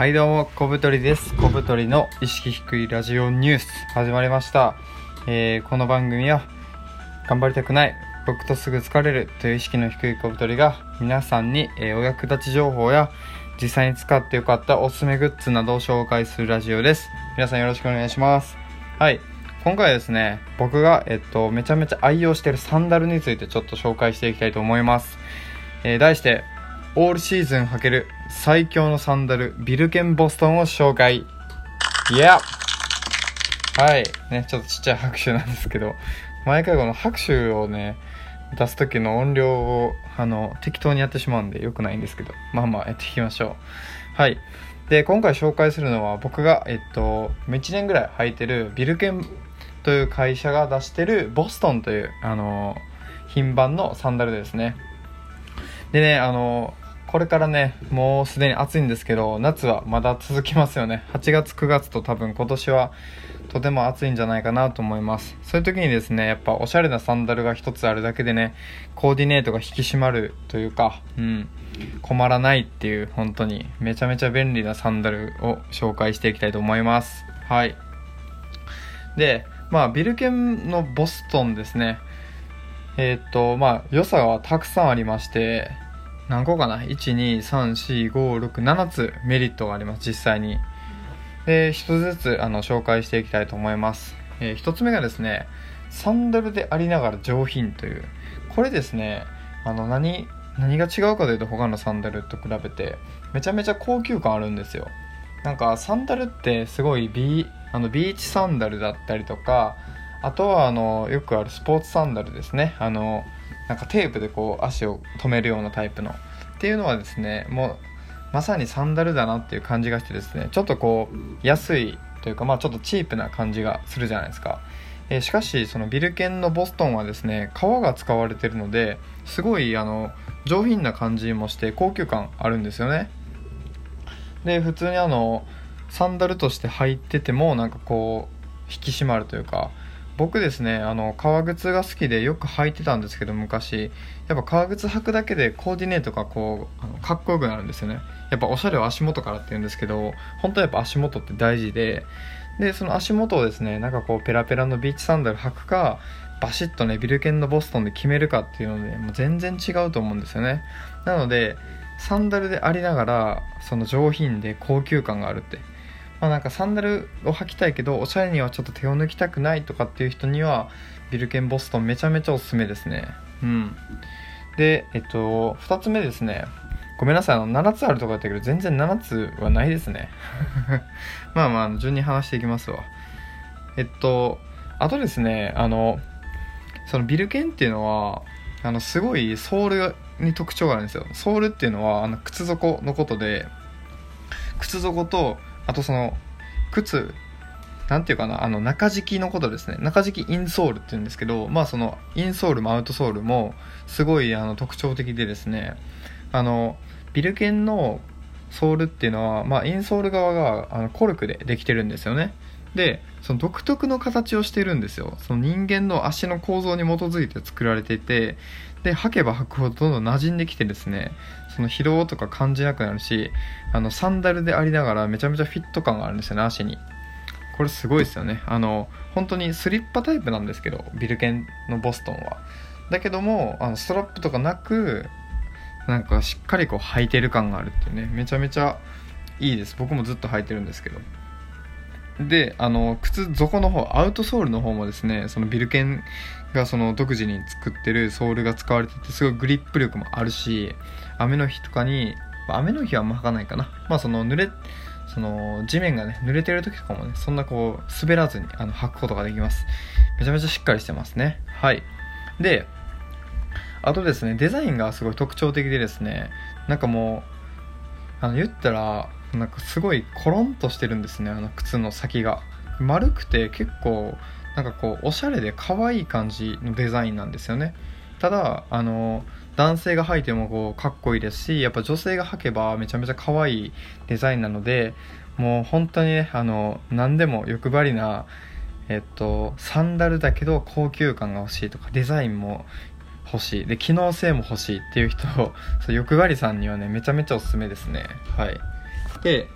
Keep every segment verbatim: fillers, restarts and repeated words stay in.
はいどうも、小太りです。小太りの意識低いラジオニュース始まりました。えー、この番組は頑張りたくない、僕とすぐ疲れるという意識の低い小太りが皆さんに、えー、お役立ち情報や実際に使ってよかったおすすめグッズなどを紹介するラジオです。皆さんよろしくお願いします。はい、今回はですね、僕が、えっと、めちゃめちゃ愛用しているサンダルについてちょっと紹介していきたいと思います。えー、題してオールシーズン履ける最強のサンダルビルケンボストンを紹介。いやはいね、ちょっとちっちゃい拍手なんですけど、毎回この拍手をね出す時の音量をあの適当にやってしまうんで良くないんですけど、まあまあやっていきましょう。はい、で今回紹介するのは僕がえっといちねんぐらい履いてるビルケンという会社が出してるボストンというあの品番のサンダルですね。でね、あのこれからね、もうすでに暑いんですけど、夏はまだ続きますよね。はちがつくがつと多分今年はとても暑いんじゃないかなと思います。そういう時にですね、やっぱおしゃれなサンダルが一つあるだけでね、コーディネートが引き締まるというか、うん困らないっていう、本当にめちゃめちゃ便利なサンダルを紹介していきたいと思います。はい。で、まあビルケンのボストンですね。えー、っとまあ良さはたくさんありまして、何個かな ?いち、に、さん、よん、ご、ろく、ななつメリットがあります、実際に。で、一つずつあの紹介していきたいと思います。えー、一つ目がですね、サンダルでありながら上品という。これですね、あの何、何が違うかというと他のサンダルと比べて、めちゃめちゃ高級感あるんですよ。なんかサンダルってすごいビー、あのビーチサンダルだったりとか、あとはあのよくあるスポーツサンダルですね。あのなんかテープでこう足を止めるようなタイプのっていうのはですね、もうまさにサンダルだなっていう感じがしてですね、ちょっとこう安いというか、まあちょっとチープな感じがするじゃないですか。えー、しかしそのビルケンのボストンはですね、革が使われているので、すごいあの上品な感じもして高級感あるんですよね。で普通にあのサンダルとして履いててもなんかこう引き締まるというか、僕ですね、あの革靴が好きでよく履いてたんですけど、昔やっぱ革靴履くだけでコーディネートがこうあのかっこよくなるんですよね。やっぱおしゃれは足元からって言うんですけど、本当はやっぱ足元って大事で、でその足元をですね、なんかこうペラペラのビーチサンダル履くか、バシッとねビルケンのボストンで決めるかっていうので、もう全然違うと思うんですよね。なのでサンダルでありながらその上品で高級感があるって、まあ、なんかサンダルを履きたいけどおしゃれにはちょっと手を抜きたくないとかっていう人にはビルケンボストンめちゃめちゃおすすめですね。うんでえっとふたつめですね、ごめんなさい、あのななつあるとかだったけど全然ななつはないですねまあまあ順に話していきますわ。えっとあとですね、あのそのビルケンっていうのはあのすごいソールに特徴があるんですよ。ソールっていうのはあの靴底のことで、靴底とあとその靴なんていうかな、あの中敷きのことですね。中敷きインソールって言うんですけど、まあそのインソールもアウトソールもすごいあの特徴的でですね、あのビルケンのソールっていうのは、まあインソール側があのコルクでできてるんですよね。でその独特の形をしているんですよ。その人間の足の構造に基づいて作られていて、で履けば履くほどどんどん馴染んできてですね、その疲労とか感じなくなるし、あのサンダルでありながらめちゃめちゃフィット感があるんですよね、足に。これすごいですよね。あの本当にスリッパタイプなんですけど、ビルケンのボストンはだけどもあのストラップとかなく、なんかしっかりこう履いてる感があるっていうね、めちゃめちゃいいです。僕もずっと履いてるんですけど。であの靴底の方、アウトソールの方もですね、そのビルケンがその独自に作ってるソールが使われてて、すごいグリップ力もあるし、雨の日とかに、雨の日はあんま履かないかな、まあその濡れその地面がね濡れてる時とかもね、そんなこう滑らずにあの履くことができます。めちゃめちゃしっかりしてますね。はい。であとですね、デザインがすごい特徴的でですね、なんかもうあの言ったらなんかすごいコロンとしてるんですね。あの靴の先が丸くて結構なんかこうおしゃれで可愛い感じのデザインなんですよね。ただあの男性が履いてもこうかっこいいですし、やっぱ女性が履けばめちゃめちゃ可愛いデザインなので、もう本当にね、あの何でも欲張りな、えっとサンダルだけど高級感が欲しいとか、デザインも欲しいで機能性も欲しいっていう人、そう欲張りさんにはねめちゃめちゃおすすめですね。はい。で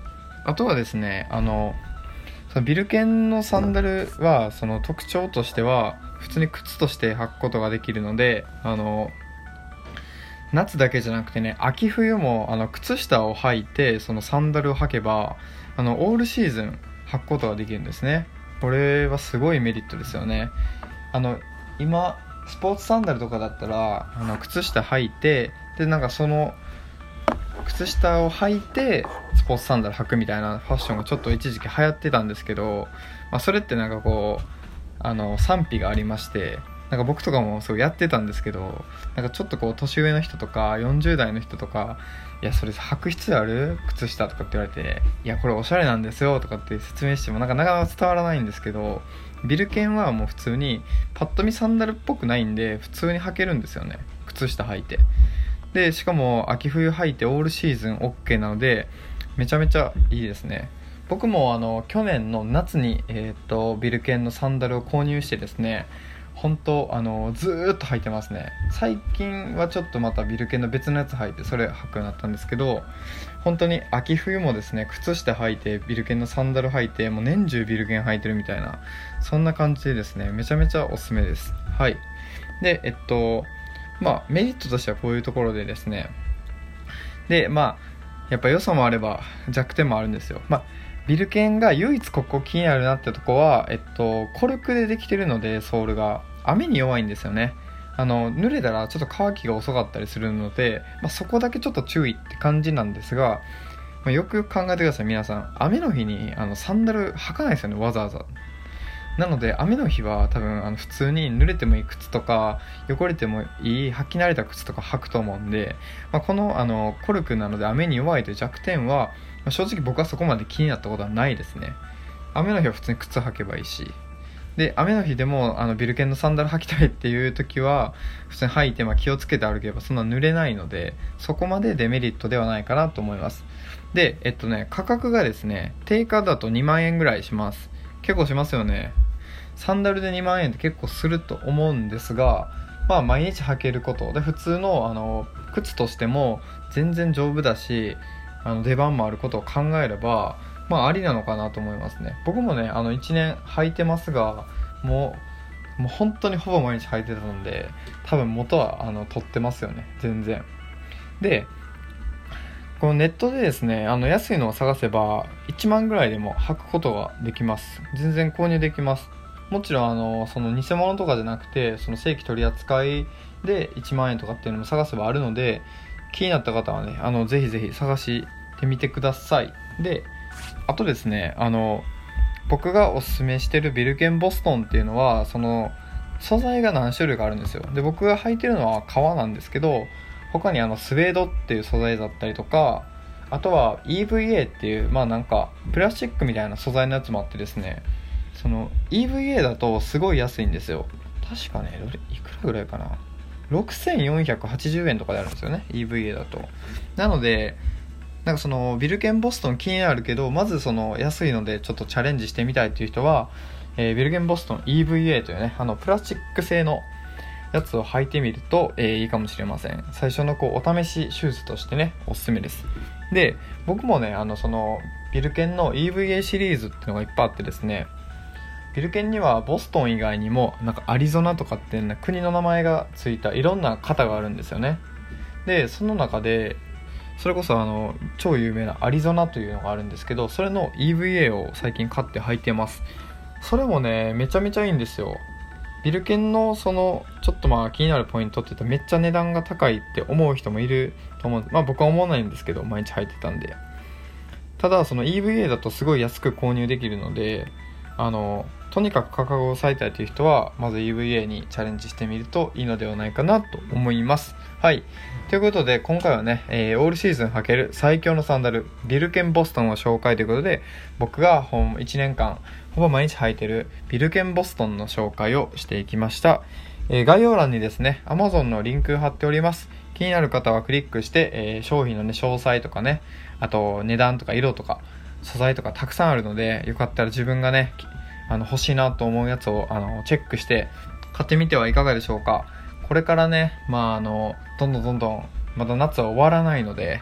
あとはですね、あのそのビルケンのサンダルはその特徴としては普通に靴として履くことができるので、あの夏だけじゃなくてね、秋冬もあの靴下を履いてそのサンダルを履けばあのオールシーズン履くことができるんですね。これはすごいメリットですよね。あの今スポーツサンダルとかだったらあの靴下履いて、でなんかその靴下を履いてスポーツサンダル履くみたいなファッションがちょっと一時期流行ってたんですけど、まあ、それってなんかこうあの賛否がありまして、なんか僕とかもそうやってたんですけど、なんかちょっとこう年上の人とかよんじゅう代の人とか、いやそれ履く必要ある靴下とかって言われて、いやこれおしゃれなんですよとかって説明してもなんかなかなか伝わらないんですけど、ビルケンはもう普通にパッと見サンダルっぽくないんで普通に履けるんですよね、靴下履いて。でしかも秋冬履いてオールシーズン OK なのでめちゃめちゃいいですね。僕もあの去年の夏に、えー、とビルケンのサンダルを購入してですね、本当あのずーっと履いてますね。最近はちょっとまたビルケンの別のやつ履いてそれ履くようになったんですけど、本当に秋冬もですね靴下履いてビルケンのサンダル履いてもう年中ビルケン履いてるみたいな、そんな感じでですねめちゃめちゃおすすめです。はい。でえっとまあメリットとしてはこういうところでですね、でまあやっぱ良さもあれば弱点もあるんですよ。まあビルケンが唯一ここ気になるなってとこは、えっと、コルクでできてるのでソールが雨に弱いんですよね。あの濡れたらちょっと乾きが遅かったりするので、まあ、そこだけちょっと注意って感じなんですが、まあ、よくよく考えてください皆さん。雨の日にあのサンダル履かないですよね、わざわざ。なので雨の日は多分あの普通に濡れてもいい靴とか汚れてもいい履き慣れた靴とか履くと思うんで、まあ、このあのコルクなので雨に弱いという弱点は、まあ、正直僕はそこまで気になったことはないですね。雨の日は普通に靴履けばいいし、で雨の日でもあのビルケンのサンダル履きたいっていう時は普通に履いて、まあ、気をつけて歩けばそんな濡れないので、そこまでデメリットではないかなと思います。でえっとね価格がですね定価だとにまんえんぐらいします。結構しますよね。サンダルでにまんえんって結構すると思うんですが、まあ毎日履けることで普通のあの靴としても全然丈夫だし、あの出番もあることを考えればまあありなのかなと思いますね。僕もねあのいちねん履いてますが、もうもう本当にほぼ毎日履いてたので多分元はあの取ってますよね、全然。でこのネットでですねあの安いのを探せばいちまんぐらいでも履くことができます。全然購入できます。もちろんあのその偽物とかじゃなくてその正規取り扱いでいちまんえんとかっていうのも探せばあるので、気になった方はねあのぜひぜひ探してみてください。であとですねあの僕がおすすめしてるビルケンボストンっていうのはその素材が何種類かあるんですよ。で僕が履いてるのは革なんですけど、他にあのスウェードっていう素材だったりとか、あとは イーブイエー っていうまあなんかプラスチックみたいな素材のやつもあってですね、その イーブイエー だとすごい安いんですよ。確かねいくらぐらいかな、ろくせんよんひゃくはちじゅうえんとかであるんですよね イーブイエー だと。なのでなんかそのビルケンボストン気になるけどまずその安いのでちょっとチャレンジしてみたいっていう人は、えー、ビルケンボストン イーブイエー というねあのプラスチック製のやつを履いてみると、えー、いいかもしれません。最初のこうお試しシューズとしてねおすすめです。で僕もねあのそのビルケンの イーブイエー シリーズっていうのがいっぱいあってですね、ビルケンにはボストン以外にもなんかアリゾナとかっていう国の名前がついたいろんな型があるんですよね。でその中でそれこそあの超有名なアリゾナというのがあるんですけど、それの イーブイエー を最近買って履いてます。それもねめちゃめちゃいいんですよ。ビルケンのそのちょっとまあ気になるポイントって言うとめっちゃ値段が高いって思う人もいると思うんで、まあ僕は思わないんですけど毎日履いてたんで。ただその イーブイエー だとすごい安く購入できるので、あのとにかく価格を抑えたいという人はまず イーブイエー にチャレンジしてみるといいのではないかなと思います。はい、ということで今回はね、えー、オールシーズン履ける最強のサンダルビルケンボストンを紹介ということで、僕がいちねんかんほぼ毎日履いてるビルケンボストンの紹介をしていきました。えー、概要欄にですね Amazon のリンク貼っております。気になる方はクリックして、えー、商品のね詳細とかね、あと値段とか色とか素材とかたくさんあるので、よかったら自分がねあの欲しいなと思うやつをあのチェックして買ってみてはいかがでしょうか。これからねまああのどんどんどんどんまだ夏は終わらないので、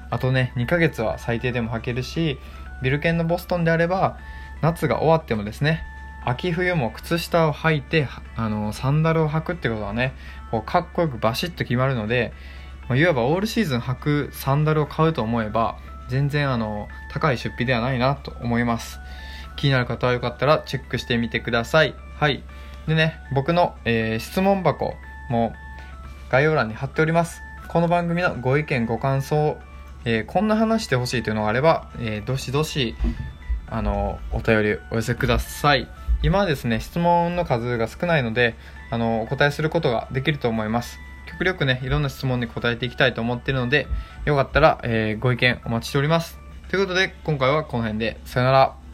あとねにかげつは最低でも履けるし、ビルケンのボストンであれば夏が終わってもですね、秋冬も靴下を履いてあのサンダルを履くってことはね、こうかっこよくバシッと決まるので、まあ、いわばオールシーズン履くサンダルを買うと思えば全然あの高い出費ではないなと思います。気になる方はよかったらチェックしてみてください。はい。でね、僕の、えー質問箱も概要欄に貼っております。この番組のご意見ご感想、えーこんな話してほしいというのがあれば、えーどしどしあのお便りお寄せください。今はですね質問の数が少ないので、あのお答えすることができると思います。極力ねいろんな質問に答えていきたいと思っているので、よかったら、えーご意見お待ちしております。ということで今回はこの辺でさよなら。